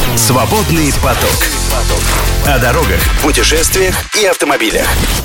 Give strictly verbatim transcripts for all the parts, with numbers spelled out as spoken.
Свободный поток. О дорогах, путешествиях и автомобилях.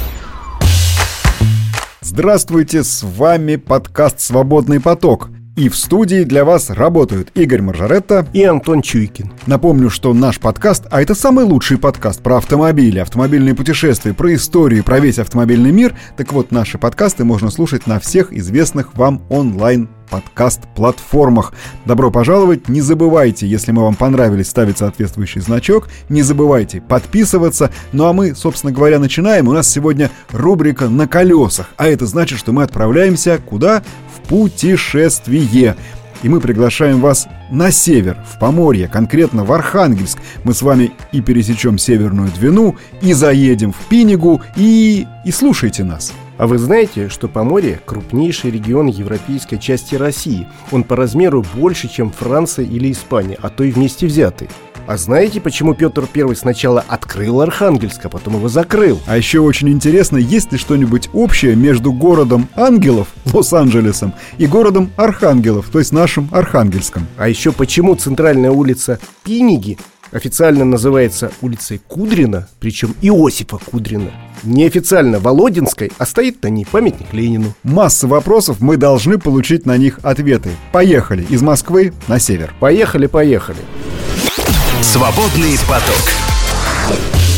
Здравствуйте, с вами подкаст «Свободный поток». И в студии для вас работают Игорь Маржаретта и Антон Чуйкин. Напомню, что наш подкаст, а это самый лучший подкаст про автомобили, автомобильные путешествия, про историю, про весь автомобильный мир. Так вот, наши подкасты можно слушать на всех известных вам онлайн подкаст-платформах. Добро пожаловать! Не забывайте, если мы вам понравились, ставить соответствующий значок. Не забывайте подписываться. Ну а мы, собственно говоря, начинаем. У нас сегодня рубрика «На колесах». А это значит, что мы отправляемся куда? В путешествие. И мы приглашаем вас на север, в Поморье, конкретно в Архангельск. Мы с вами и пересечем Северную Двину, и заедем в Пинигу, и... и слушайте нас. А вы знаете, что Поморье – крупнейший регион европейской части России? Он по размеру больше, чем Франция или Испания, а то и вместе взятые. А знаете, почему Петр Первый сначала открыл Архангельск, а потом его закрыл? А еще очень интересно, есть ли что-нибудь общее между городом ангелов, Лос-Анджелесом, и городом архангелов, то есть нашим Архангельском? А еще почему центральная улица Пиниги официально называется улицей Кудрина, причем Иосифа Кудрина. Неофициально Володинской, а стоит на ней памятник Ленину. Масса вопросов, мы должны получить на них ответы. Поехали из Москвы на север. Поехали, поехали. Свободный поток.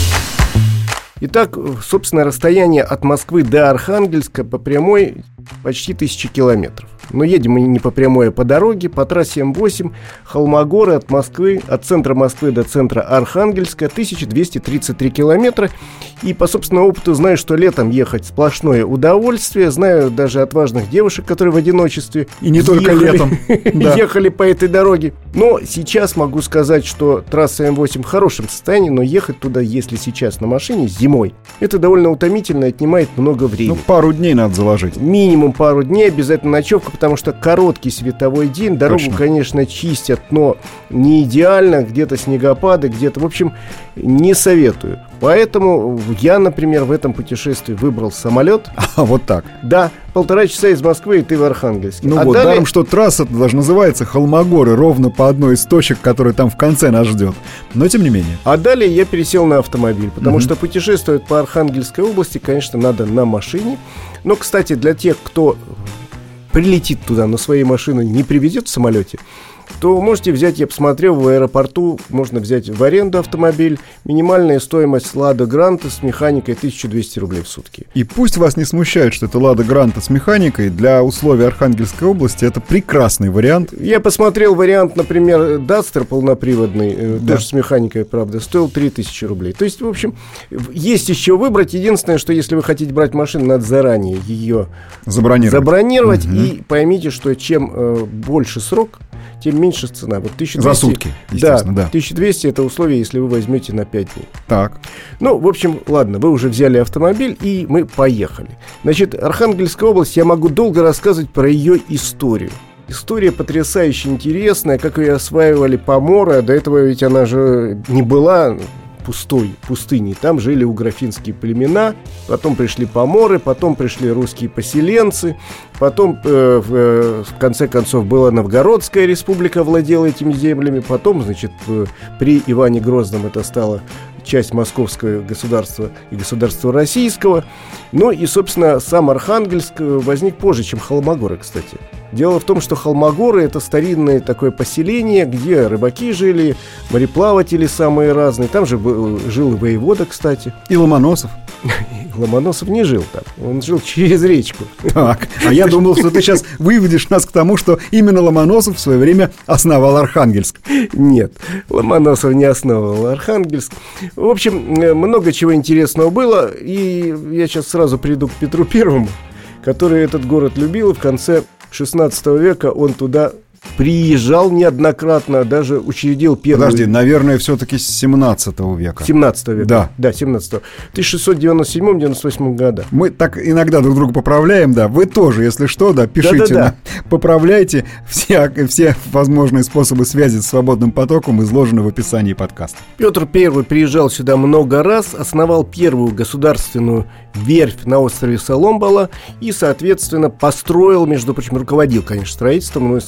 Итак, собственно, расстояние от Москвы до Архангельска по прямой почти тысяча километров. Но едем мы не по прямой, а по дороге, по трассе эм восемь, Холмогоры от Москвы, от центра Москвы до центра Архангельска тысяча двести тридцать три километра. И по собственному опыту знаю, что летом ехать сплошное удовольствие. Знаю даже отважных девушек, которые в одиночестве и не только летом ехали по этой дороге. Но сейчас могу сказать, что трасса эм восемь в хорошем состоянии, но ехать туда, если сейчас на машине, зимой, это довольно утомительно и отнимает много времени. Ну, пару дней надо заложить. Минимум пару дней, обязательно ночевка, потому что короткий световой день. Дорогу, Точно. конечно, чистят, но не идеально. Где-то снегопады, где-то, в общем, не советую. Поэтому я, например, в этом путешествии выбрал самолет. А вот так? Да, полтора часа из Москвы, и ты в Архангельске. Ну а вот, далее... даром, что трасса даже называется Холмогоры, ровно по одной из точек, которая там в конце нас ждет. Но тем не менее. А далее я пересел на автомобиль, потому угу. что путешествовать по Архангельской области, конечно, надо на машине. Но, кстати, для тех, кто прилетит туда, но своей машины не привезет в самолете, то можете взять, я посмотрел, в аэропорту можно взять в аренду автомобиль. Минимальная стоимость Лада Гранта с механикой тысяча двести рублей в сутки. И пусть вас не смущает, что это Лада Гранта с механикой. Для условий Архангельской области это прекрасный вариант. Я посмотрел вариант, например, Дастер полноприводный, да. тоже с механикой, правда, стоил три тысячи рублей. То есть, в общем, есть еще выбрать. Единственное, что если вы хотите брать машину, надо заранее ее забронировать. забронировать угу. И поймите, что чем э, больше срок, тем меньше цена. Вот тысяча двести, за сутки, естественно, да, да. тысяча двести это условие, если вы возьмете на пять дней. Так. Ну, в общем, ладно, вы уже взяли автомобиль, и мы поехали. Значит, Архангельская область, я могу долго рассказывать про ее историю. История потрясающе интересная, как ее осваивали поморы. До этого ведь она же не была пустой пустыней. Там жили уграфинские племена, потом пришли поморы, потом пришли русские поселенцы, потом э, в, э, в конце концов была Новгородская республика, владела этими землями, потом, значит, э, при Иване Грозном это стало часть московского государства и государства российского. Ну и, собственно, сам Архангельск возник позже, чем Холмогоры, кстати. Дело в том, что Холмогоры — это старинное такое поселение, где рыбаки жили, мореплаватели самые разные. Там же был, жил и воевода, кстати. И Ломоносов. Ломоносов не жил там, он жил через речку. Так, а я думал, что ты сейчас выведешь нас к тому, что именно Ломоносов в свое время основал Архангельск. Нет, Ломоносов не основал Архангельск. В общем, много чего интересного было. И я сейчас сразу приду к Петру Первому, который этот город любил. И в конце шестнадцатого века он туда приезжал неоднократно, даже учредил первый... Подожди, наверное, все-таки с семнадцатого века. семнадцатого века. Да. Да, семнадцатого. В тысяча шестьсот девяносто седьмом — девяносто восьмом годах. Мы так иногда друг друга поправляем, да. Вы тоже, если что, да, пишите. Да-да-да. На... Поправляйте. Все, все возможные способы связи с свободным потоком изложены в описании подкаста. Петр Первый приезжал сюда много раз, основал первую государственную верфь на острове Соломбала и, соответственно, построил, между прочим, руководил, конечно, строительством, но и сам участвовал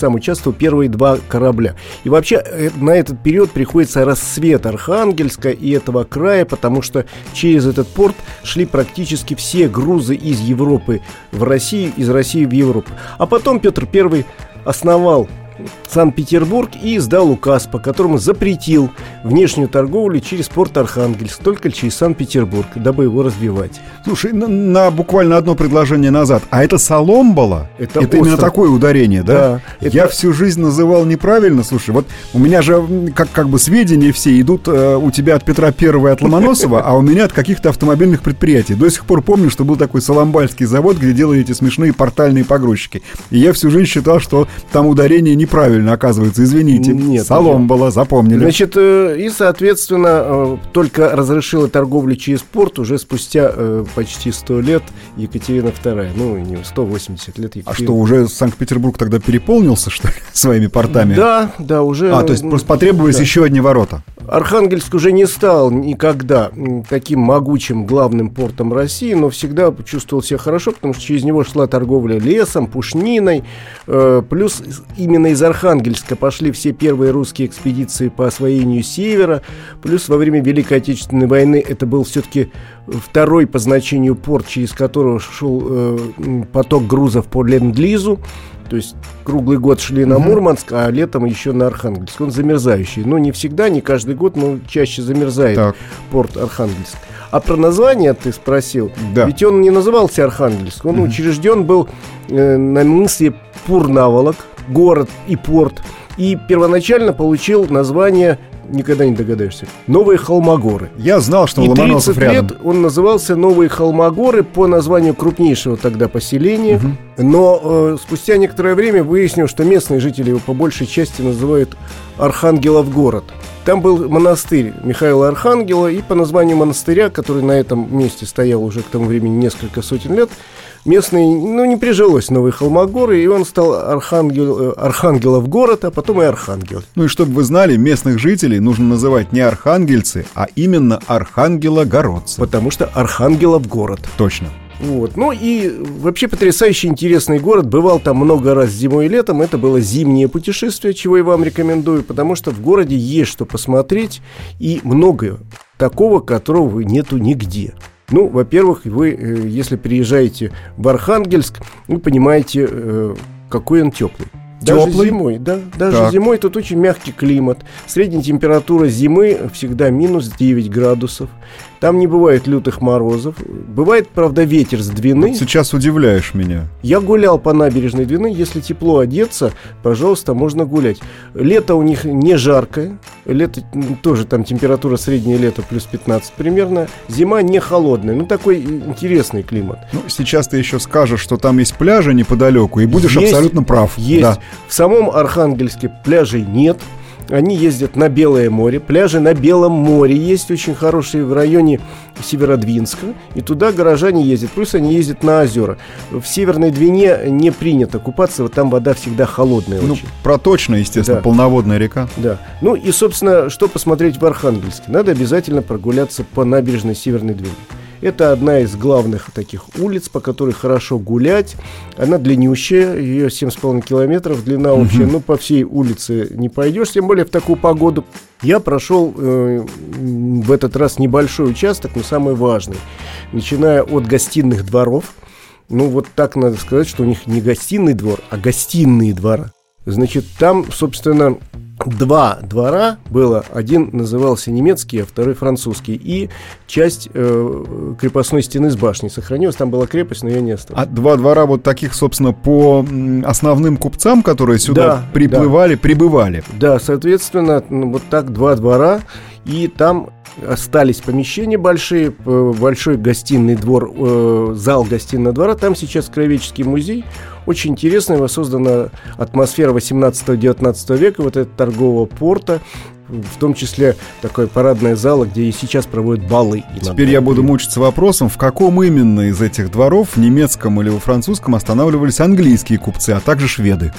участвовал первые два корабля. И вообще на этот период приходится расцвет Архангельска и этого края, потому что через этот порт шли практически все грузы из Европы в Россию, из России в Европу. А потом Петр Первый основал Санкт-Петербург и издал указ, по которому запретил внешнюю торговлю через порт Архангельск, только через Санкт-Петербург, дабы его развивать. Слушай, на, на буквально одно предложение назад. А это Соломбола? Это, это именно такое ударение, да? Да. Я это... всю жизнь называл неправильно. Слушай, вот у меня же как, как бы сведения все идут э, у тебя от Петра Первого и от Ломоносова, а у меня от каких-то автомобильных предприятий. До сих пор помню, что был такой Соломбальский завод, где делали эти смешные портальные погрузчики. И я всю жизнь считал, что там ударение не правильно, оказывается, извините. Нет, Соломбола, запомнили. Значит, э, и, соответственно, э, только разрешила торговлю через порт уже спустя э, почти сто лет Екатерина Вторая. Ну, не сто восемьдесят лет Екатерина. А что, уже Санкт-Петербург тогда переполнился, что ли, своими портами? Да, да, уже... А, то есть просто потребовались да. еще одни ворота. Архангельск уже не стал никогда таким могучим главным портом России, но всегда чувствовал себя хорошо, потому что через него шла торговля лесом, пушниной. Э, плюс именно из Архангельска пошли все первые русские экспедиции по освоению севера. Плюс во время Великой Отечественной войны это был все-таки второй по значению порт, через которого шел э, поток грузов по Ленд-Лизу. То есть круглый год шли на Мурманск, а летом еще на Архангельск. Он замерзающий. Но не всегда, не каждый год, но чаще замерзает так. порт Архангельск. А про название ты спросил. Да. Ведь он не назывался Архангельск. Он uh-huh. учрежден был э, на мысе Пурнаволок, город и порт. И первоначально получил название, никогда не догадаешься, Новые Холмогоры. Я знал, что и Ломоносов тридцать рядом. лет он назывался Новые Холмогоры по названию крупнейшего тогда поселения. Угу. Но э, спустя некоторое время выяснилось, что местные жители его по большей части называют Архангелов город. Там был монастырь Михаила Архангела, и по названию монастыря, который на этом месте стоял уже к тому времени несколько сотен лет, местный, ну, не прижилось Новые Холмогоры, и он стал Архангел, Архангелов город, а потом и Архангел. Ну и чтобы вы знали, местных жителей нужно называть не архангельцы, а именно архангелогородцы. Потому что Архангелов город. Точно. Вот. Ну и вообще потрясающе интересный город. Бывал там много раз зимой и летом. Это было зимнее путешествие, чего я вам рекомендую, потому что в городе есть что посмотреть и много такого, которого нету нигде. Ну, во-первых, вы, если приезжаете в Архангельск, вы понимаете, какой он теплый. Даже Теплый? зимой, да, даже так. зимой тут очень мягкий климат. Средняя температура зимы всегда минус девять градусов. Там не бывает лютых морозов. Бывает, правда, ветер с Двины. Вот сейчас удивляешь меня. Я гулял по набережной Двины. Если тепло одеться, пожалуйста, можно гулять. Лето у них не жаркое. Лето тоже там температура среднее лето плюс пятнадцать примерно. Зима не холодная. Ну, такой интересный климат. Ну, сейчас ты еще скажешь, что там есть пляжи неподалеку, и будешь есть, абсолютно прав. Есть. Да. В самом Архангельске пляжей нет. Они ездят на Белое море. Пляжи на Белом море есть очень хорошие в районе Северодвинска. И туда горожане ездят. Плюс они ездят на озера. В Северной Двине не принято купаться. Вот там вода всегда холодная ну, очень. Проточная, естественно, да. полноводная река. Да. Ну и, собственно, что посмотреть в Архангельске? Надо обязательно прогуляться по набережной Северной Двины. Это одна из главных таких улиц, по которой хорошо гулять. Она длиннющая, ее семь с половиной километров длина общая. Uh-huh. Ну, по всей улице не пойдешь, тем более в такую погоду. Я прошел э, в этот раз небольшой участок, но самый важный. Начиная от гостиных дворов. Ну, вот так надо сказать, что у них не гостиный двор, а гостиные двора. Значит, там, собственно, два двора было. Один назывался немецкий, а второй французский. И часть э, крепостной стены с башней сохранилась. Там была крепость, но ее не осталось. А два двора вот таких, собственно, по основным купцам, которые сюда да, приплывали, да. прибывали. Да, соответственно, ну, вот так два двора. И там остались помещения большие, большой гостиный двор, э, зал гостиного двора. Там сейчас краеведческий музей. Очень интересная, воссоздана атмосфера восемнадцатого-девятнадцатого века. Вот этот торг, торгового порта, в том числе такая парадная зала, где и сейчас проводят балы. Теперь я буду мучиться вопросом, в каком именно из этих дворов, в немецком или во французском, останавливались английские купцы, а также шведы?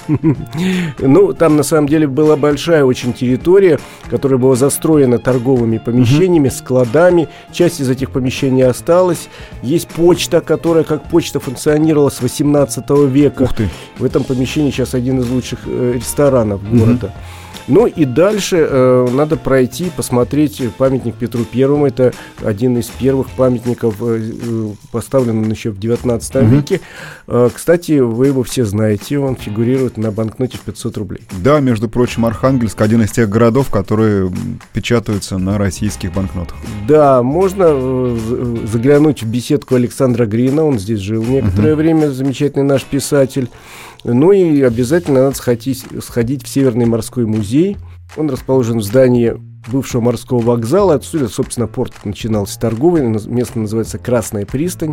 Ну, там на самом деле была большая очень территория, которая была застроена торговыми помещениями, складами. Часть из этих помещений осталась. Есть почта, которая как почта функционировала с восемнадцатого века. Ух ты. В этом помещении сейчас один из лучших э, ресторанов города. Ну и дальше э, надо пройти, посмотреть памятник Петру Первому. Это один из первых памятников, э, поставлен он еще в девятнадцатом mm-hmm. веке. Э, кстати, вы его все знаете, он фигурирует на банкноте в пятьсот рублей. Да, между прочим, Архангельск — один из тех городов, которые печатаются на российских банкнотах. Да, можно э, заглянуть в беседку Александра Грина, он здесь жил некоторое mm-hmm. время, замечательный наш писатель. Ну и обязательно надо сходить, сходить в Северный морской музей. Он расположен в здании бывшего морского вокзала. Отсюда, собственно, порт начинался торговый. Место называется Красная пристань.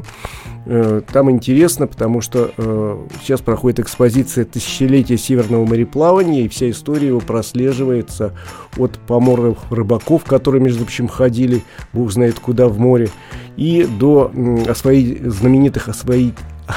Там интересно, потому что сейчас проходит экспозиция тысячелетия северного мореплавания, и вся история его прослеживается от поморных рыбаков, которые, между прочим, ходили, бог знает куда, в море, и до освои... знаменитых освоителей,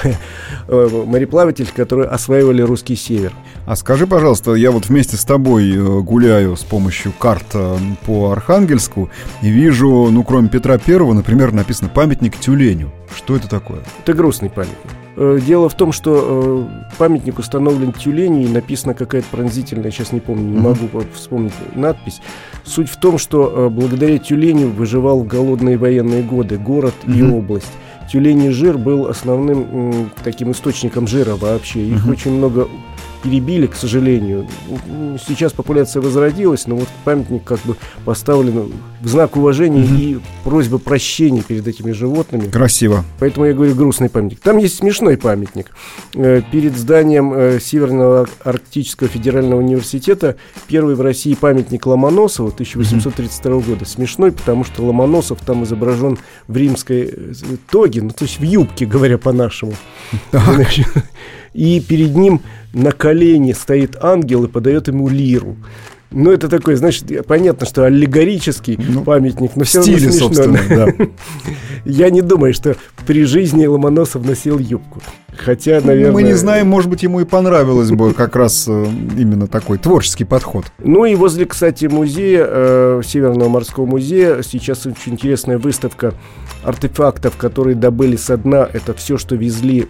мореплавателей, которые осваивали русский север. А скажи, пожалуйста, я вот вместе с тобой гуляю с помощью карт по Архангельску и вижу, ну, кроме Петра Первого, например, написано «Памятник тюленю». Что это такое? Это грустный памятник. Дело в том, что памятник установлен тюленю, и написана какая-то пронзительная, сейчас не помню, не могу вспомнить надпись. Суть в том, что благодаря тюленю выживал в голодные военные годы город mm-hmm. и область. Тюленей жир был основным м, таким источником жира вообще. Их uh-huh. очень много перебили, к сожалению. Сейчас популяция возродилась, но вот памятник как бы поставлен в знак уважения uh-huh. и просьбы прощения перед этими животными. Красиво. Поэтому я говорю грустный памятник. Там есть смешной памятник. Э, перед зданием э, Северного Арктического федерального университета первый в России памятник Ломоносову тысяча восемьсот тридцать второго года. Смешной, потому что Ломоносов там изображен в римской тоге, ну то есть в юбке, говоря по-нашему. И перед ним на колене стоит ангел и подает ему лиру. Ну, это такой, значит, понятно, что аллегорический ну, памятник, но все равно смешно. Собственно, да. Я не думаю, что при жизни Ломоносов носил юбку. Хотя, наверное... Мы не знаем, может быть, ему и понравилось бы как раз именно такой творческий подход. Ну и возле, кстати, музея, э, Северного морского музея, сейчас очень интересная выставка артефактов, которые добыли со дна. Это все, что везли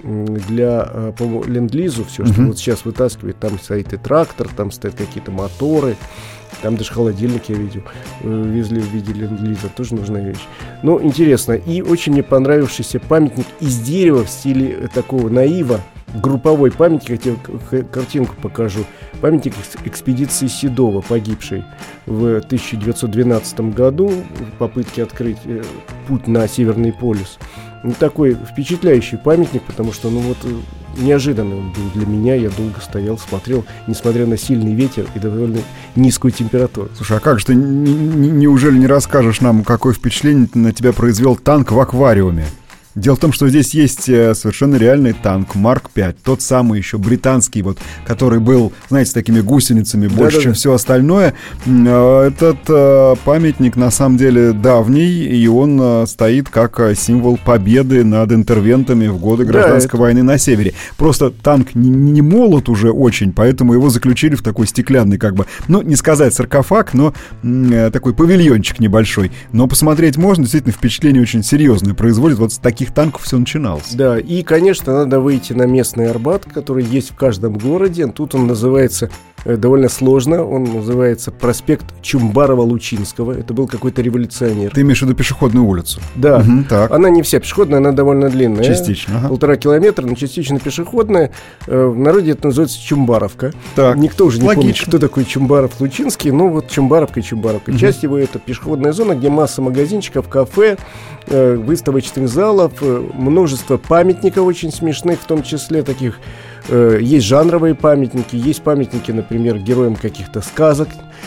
для, по ленд-лизу, все, что uh-huh. вот сейчас вытаскивают. Там стоит и трактор, там стоят какие-то моторы. Там даже холодильник я видел, везли в виде ленд-лиза, тоже нужная вещь. Ну, интересно. И очень мне понравившийся памятник из дерева в стиле такого наива. Групповой памятник, я тебе картинку покажу. Памятник экспедиции Седова, погибшей в тысяча девятьсот двенадцатом году в попытке открыть путь на Северный полюс. Ну, такой впечатляющий памятник, потому что, ну вот, неожиданно он был для меня. Я долго стоял, смотрел, несмотря на сильный ветер и довольно низкую температуру. Слушай, а как же ты, неужели не расскажешь нам, какое впечатление на тебя произвел танк в аквариуме? Дело в том, что здесь есть совершенно реальный танк Марк пять, тот самый еще британский, вот, который был, знаете, с такими гусеницами больше, да, чем да. все остальное. Этот э, памятник на самом деле давний, и он э, стоит как символ победы над интервентами в годы гражданской да, это... войны на севере. Просто танк не, не молод уже очень, поэтому его заключили в такой стеклянный, как бы, ну, не сказать саркофаг, но э, такой павильончик небольшой. Но посмотреть можно, действительно, впечатление очень серьезное производит. Вот с таких танков все начиналось. Да, и, конечно, надо выйти на местный Арбат, который есть в каждом городе. Тут он называется э, довольно сложно. Он называется проспект Чумбарова-Лучинского. Это был какой-то революционер. Ты имеешь в виду пешеходную улицу? Да. Угу, так. Она не вся пешеходная, она довольно длинная. Частично. Ага. Полтора километра, но частично пешеходная. Э, в народе это называется Чумбаровка. Так. Никто уже не Логично. помнит, кто такой Чумбаров-Лучинский. Ну вот Чумбаровка и Чумбаровка. Угу. Часть его — это пешеходная зона, где масса магазинчиков, кафе, э, выставочных залов, множество памятников очень смешных, в том числе таких, э, есть жанровые памятники, есть памятники, например, героям каких-то сказок.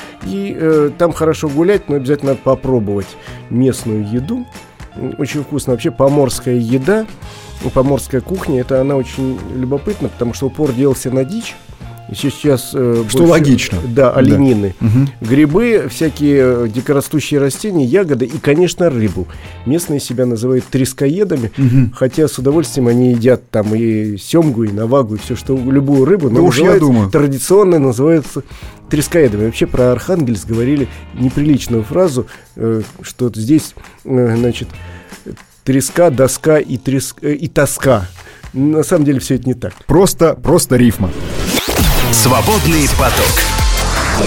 И э, там хорошо гулять, но обязательно надо попробовать местную еду. Очень вкусно. Вообще поморская еда, поморская кухня, это она очень любопытна, потому что упор делался на дичь. Сейчас э, что больше, логично. Да, оленины. Да. Угу. Грибы, всякие дикорастущие растения, ягоды и, конечно, рыбу. Местные себя называют трескоедами, угу. хотя с удовольствием они едят там и семгу, и навагу, и все, что любую рыбу. Да уж я думаю. Традиционно называется трескоедами. Вообще про Архангельск говорили неприличную фразу, э, что здесь, э, значит, треска, доска и, треск, э, и тоска. На самом деле все это не так. Просто, просто рифма. Свободный поток.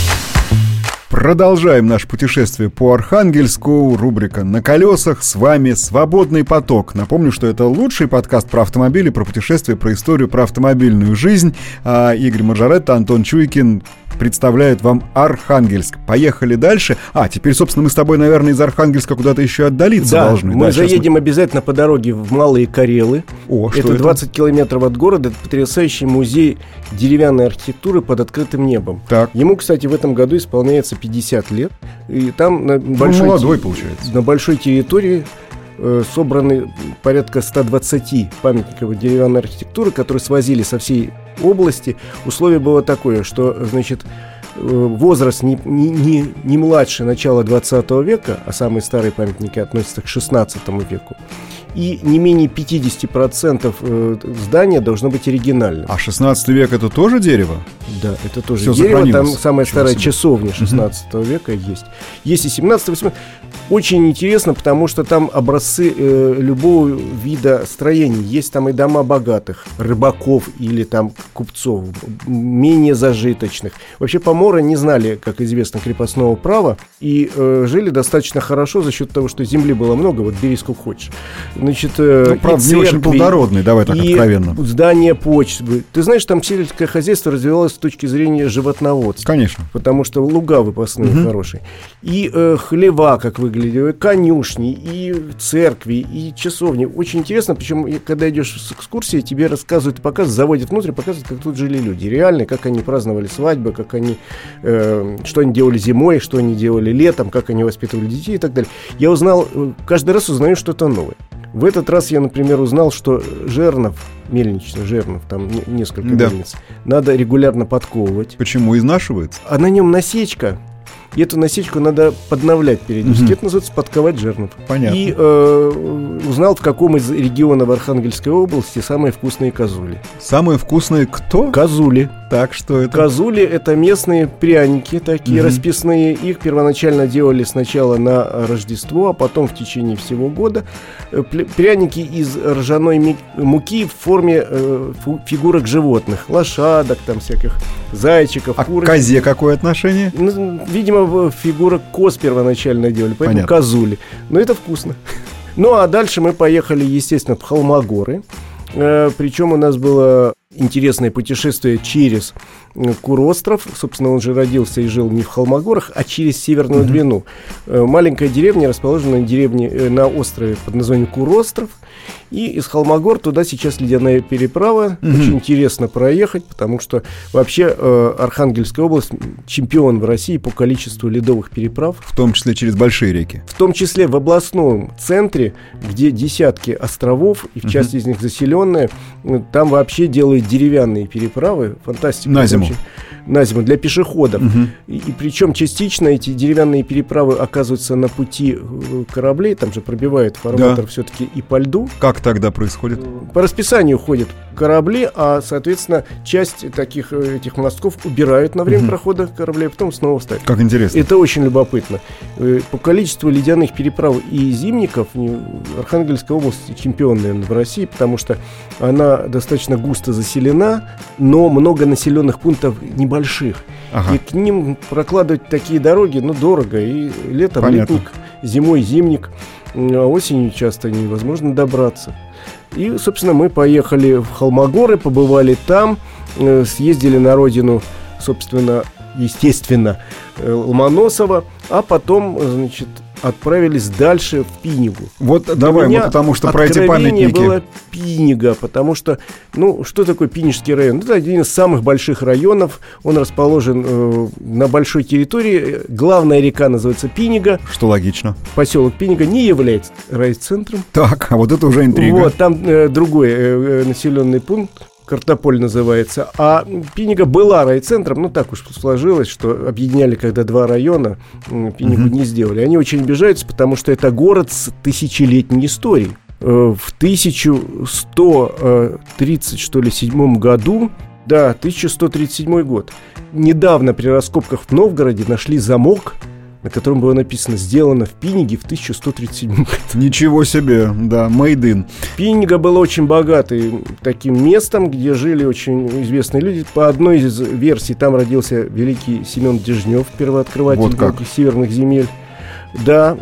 Продолжаем наше путешествие по Архангельску. Рубрика «На колесах». С вами «Свободный поток». Напомню, что это лучший подкаст про автомобили, про путешествия, про историю, про автомобильную жизнь. А Игорь Маржаретта, Антон Чуйкин представляют вам Архангельск. Поехали дальше. А, теперь, собственно, мы с тобой, наверное, из Архангельска куда-то еще отдалиться да, должны. Мы да, заедем мы... обязательно по дороге в Малые Карелы. О, что это, это двадцать километров от города. Это потрясающий музей деревянной архитектуры под открытым небом. Так. Ему, кстати, в этом году исполняется пятьдесят лет. И там на большой, ну, молодой, получается. На большой территории э, собраны порядка сто двадцать памятников деревянной архитектуры, которые свозили со всей области. Условие было такое, что, значит, возраст не, не, не младше начала двадцатого века, а самые старые памятники относятся к шестнадцатому веку, и не менее пятьдесят процентов здания должно быть оригинальным. А шестнадцатый век — это тоже дерево? Да, это тоже Все дерево. сохранилось. Там самая Чего старая себе. часовня шестнадцатого века есть. Есть и семнадцатого, восемнадцатого. Очень интересно, потому что там образцы э, любого вида строений. Есть там и дома богатых, рыбаков или там купцов, менее зажиточных. Вообще поморы не знали, как известно, крепостного права и э, жили достаточно хорошо за счет того, что земли было много. Вот бери сколько хочешь. Значит, э, ну, правда, церкви, не очень плодородный, давай так и откровенно. Здание почты. Ты знаешь, там сельское хозяйство развивалось с точки зрения животноводства. Конечно. Потому что луга выпасные угу. хорошие. И э, хлева, как выглядели, конюшни, и церкви, и часовни. Очень интересно, причем, когда идешь с экскурсией, тебе рассказывают, показывают, заводят внутрь, показывают, как тут жили люди. Реально, как они праздновали свадьбы, как они, э, что они делали зимой, что они делали летом, как они воспитывали детей и так далее. Я узнал, каждый раз узнаю что-то новое. В этот раз я, например, узнал, что жернов, мельничный жернов, там несколько да. мельниц, надо регулярно подковывать. Почему? Изнашивается? А на нем насечка. И эту насечку надо подновлять периодически. Угу. Это называется подковать жернов. Понятно. И э, узнал, в каком из регионов Архангельской области самые вкусные козули. Самые вкусные кто? Козули. Так, что это? Козули — это местные пряники, такие угу. расписные. Их первоначально делали сначала на Рождество, а потом в течение всего года. Пряники из ржаной муки в форме э, фигурок животных. Лошадок, там всяких зайчиков, а курочек. К козе какое отношение? Ну, видимо, фигурок коз первоначально делали, поэтому Понятно. Козули. Но это вкусно. Ну, а дальше мы поехали, естественно, в Холмогоры. Э, причем у нас было интересное путешествие через Куростров. Собственно, он же родился и жил не в Холмогорах, а через Северную mm-hmm. Двину. Э, маленькая деревня, расположенная на, деревне, э, на острове под названием Куростров. И из Холмогор туда сейчас ледяная переправа. Mm-hmm. Очень интересно проехать, потому что вообще э, Архангельская область чемпион в России по количеству ледовых переправ. В том числе через большие реки. В том числе в областном центре, где десятки островов, и в mm-hmm. части из них заселенные, там вообще делают деревянные переправы. Фантастика. На зиму. На зиму для пешеходов. Угу. И, и причем частично эти деревянные переправы оказываются на пути кораблей. Там же пробивает фарватер да. все-таки и по льду. Как тогда происходит? По расписанию ходят корабли, а, соответственно, часть таких этих мостков убирают на время угу. прохода кораблей, а потом снова ставят. Как интересно. Это очень любопытно. По количеству ледяных переправ и зимников Архангельская область чемпион, наверное, в России, потому что она достаточно густо заселена, но много населенных пунктов небольших. Ага. И к ним прокладывать такие дороги, ну, дорого. И летом Понятно. Летник, зимой зимник, а осенью часто невозможно добраться. И, собственно, мы поехали в Холмогоры, побывали там, съездили на родину, собственно, естественно, Ломоносова, а потом, значит, отправились дальше в Пинигу. Вот Для давай мы, потому что про эти памятники. Было Пинига, потому что, ну, что такое Пинижский район? Это один из самых больших районов, он расположен э, на большой территории, главная река называется Пинига. Что логично. Поселок Пинига не является райцентром. Так, а вот это уже интрига. Вот, там э, другой э, населенный пункт, Картополь называется. А Пинига была райцентром, ну так уж сложилось, что объединяли, когда два района, Пинигу mm-hmm. не сделали. Они очень обижаются, потому что это город с тысячелетней историей. В тысяча сто тридцать, что ли, седьмом году, да, тысяча сто тридцать седьмой год, недавно при раскопках в Новгороде нашли замок, на котором было написано «Сделано в Пиниге в тысяча сто тридцать седьмом году». Ничего себе, да, made in. Пинига была очень богатой таким местом, где жили очень известные люди. По одной из версий там родился великий Семен Дежнев, первооткрыватель вот как. Северных земель. Да,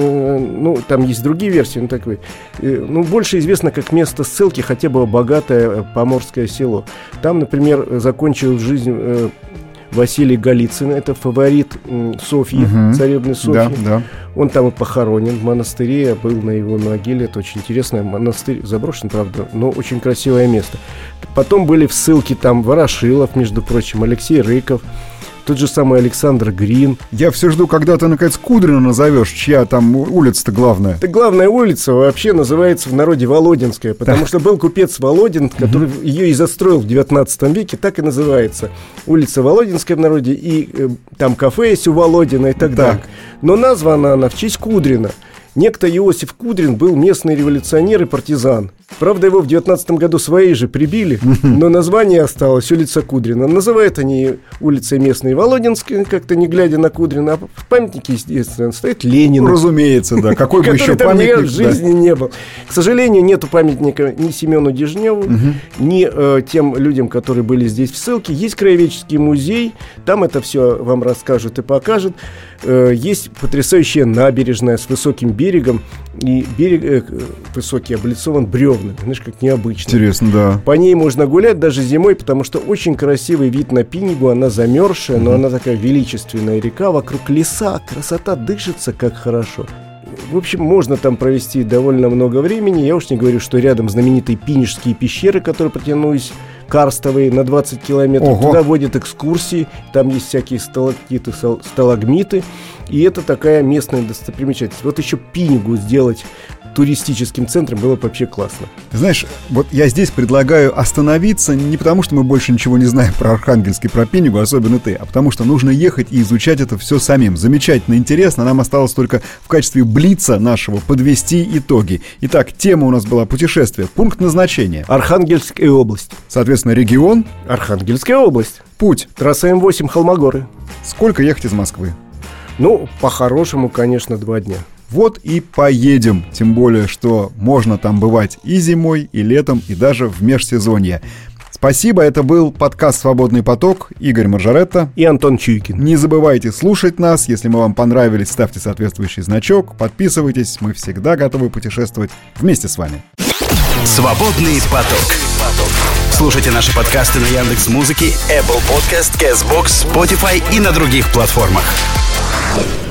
ну, там есть другие версии, ну, такой, ну, больше известно как место ссылки, хотя было богатое поморское село. Там, например, закончил жизнь Василий Голицын, это фаворит Софьи, угу. царевны Софьи. Да, да. Он там и похоронен в монастыре, я был на его могиле, это очень интересно. Монастырь заброшен, правда, но очень красивое место. Потом были в ссылке там Ворошилов, между прочим, Алексей Рыков, тот же самый Александр Грин. Я все жду, когда ты, наконец, Кудрина назовешь, чья там улица-то главная. Это главная улица вообще называется в народе Володинская, потому да. что был купец Володин, который угу. ее и застроил в девятнадцатом веке, так и называется. Улица Володинская в народе, и э, там кафе есть у Володина и так, так далее. Но названа она в честь Кудрина. Некто Иосиф Кудрин был местный революционер и партизан. Правда, его в девятнадцатом году свои же прибили, но название осталось улица Кудрина. Называют они улицей местной Володинской, как-то не глядя на Кудрина. А в памятнике, естественно, стоит Ленин. Разумеется, да. Какой бы еще памятник в жизни не был. К сожалению, нету памятника ни Семену Дежневу, ни э, тем людям, которые были здесь в ссылке. Есть краеведческий музей, там это все вам расскажут и покажут. Э, есть потрясающая набережная с высоким берегом, и берег э, высокий облицован бревнами. Знаешь, как необычно. Интересно, да. По ней можно гулять даже зимой, потому что очень красивый вид на Пинигу. Она замерзшая, mm-hmm. но она такая величественная река. Вокруг леса, красота, дышится как хорошо. В общем, можно там провести довольно много времени. Я уж не говорю, что рядом знаменитые Пинижские пещеры, которые протянулись карстовые на двадцать километров. Ого. Туда водят экскурсии. Там есть всякие сталактиты, сталагмиты. И это такая местная достопримечательность. Вот еще Пинигу сделать туристическим центром было бы вообще классно. Знаешь, вот я здесь предлагаю остановиться не потому, что мы больше ничего не знаем про Архангельск и про Пинигу, особенно ты, а потому что нужно ехать и изучать это все самим. Замечательно, интересно. Нам осталось только в качестве блица нашего подвести итоги. Итак, тема у нас была путешествие. Пункт назначения. Архангельская область. Соответственно, регион. Архангельская область. Путь. Трасса эм восемь Холмогоры. Сколько ехать из Москвы? Ну, по-хорошему, конечно, два дня. Вот и поедем, тем более, что можно там бывать и зимой, и летом, и даже в межсезонье. Спасибо, это был подкаст «Свободный поток», Игорь Маржаретта и Антон Чуйкин. Не забывайте слушать нас, если мы вам понравились, ставьте соответствующий значок, подписывайтесь, мы всегда готовы путешествовать вместе с вами. «Свободный поток». Слушайте наши подкасты на Яндекс.Музыке, Apple Podcast, Castbox, Spotify и на других платформах.